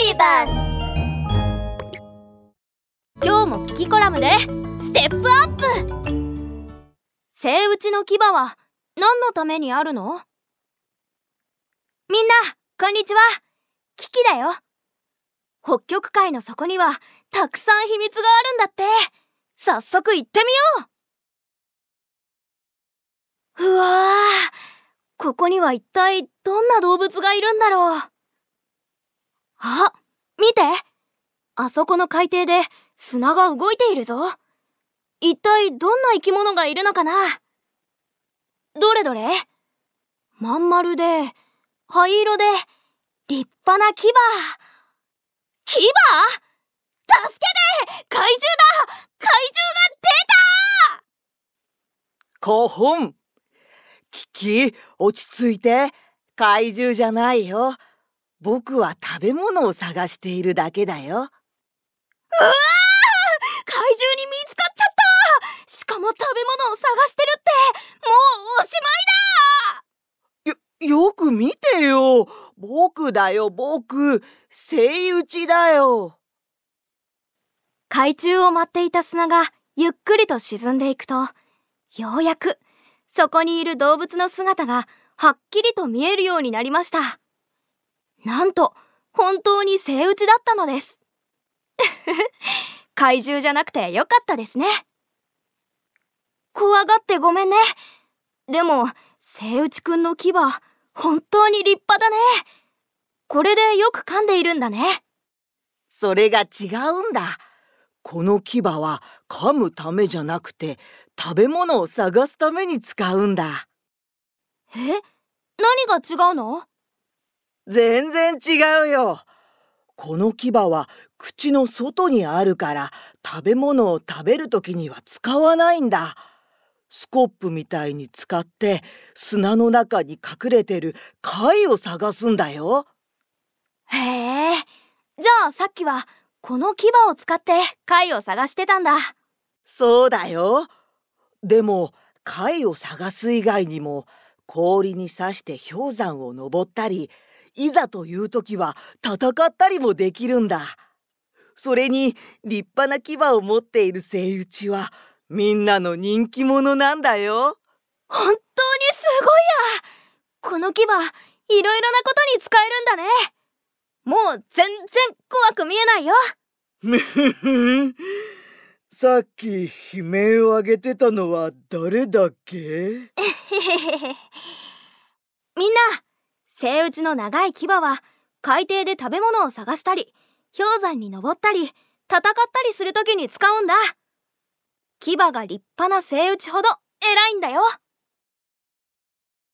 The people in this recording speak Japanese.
ビバス。 今日もキキコラムでステップアップ。セイウチの牙は何のためにあるの？みんなこんにちは、キキだよ。北極海の底にはたくさん秘密があるんだって。早速行ってみよう。うわー、ここには一体どんな動物がいるんだろう。あ、見て、あそこの海底で砂が動いているぞ。一体どんな生き物がいるのかな。どれどれ。まん丸で灰色で立派な牙。牙？助けて！怪獣だ！怪獣が出た！ コホン、キキ、落ち着いて。怪獣じゃないよ。僕は食べ物を探しているだけだよ。 うわー！怪獣に見つかっちゃった！しかも食べ物を探してるって、もうおしまいだ！ よく見てよ。僕だよ、僕。セイウチだよ。 海中を舞っていた砂がゆっくりと沈んでいくと、ようやくそこにいる動物の姿がはっきりと見えるようになりました。なんと本当にセイウチだったのです。怪獣じゃなくてよかったですね。怖がってごめんね。でもセイウチくんの牙、本当に立派だね。これでよく噛んでいるんだね。 それが違うんだ。この牙は噛むためじゃなくて、食べ物を探すために使うんだ。 何が違うの？ 全然違うよ。この牙は口の外にあるから、食べ物を食べるときには使わないんだ。スコップみたいに使って砂の中に隠れてる貝を探すんだよ。 へえ、じゃあさっきはこの牙を使って貝を探してたんだ。 そうだよ。でも貝を探す以外にも、氷に刺して氷山を登ったり、いざという時は戦ったりもできるんだ。それに立派な牙を持っているセイウチはみんなの人気者なんだよ。 本当にすごいや。この牙、いろいろなことに使えるんだね。もう全然怖く見えないよ。 さっき悲鳴を上げてたのは誰だっけ？ みんな、セイウチの長い牙は海底で食べ物を探したり、氷山に登ったり、戦ったりするときに使うんだ。牙が立派なセイウチほど偉いんだよ。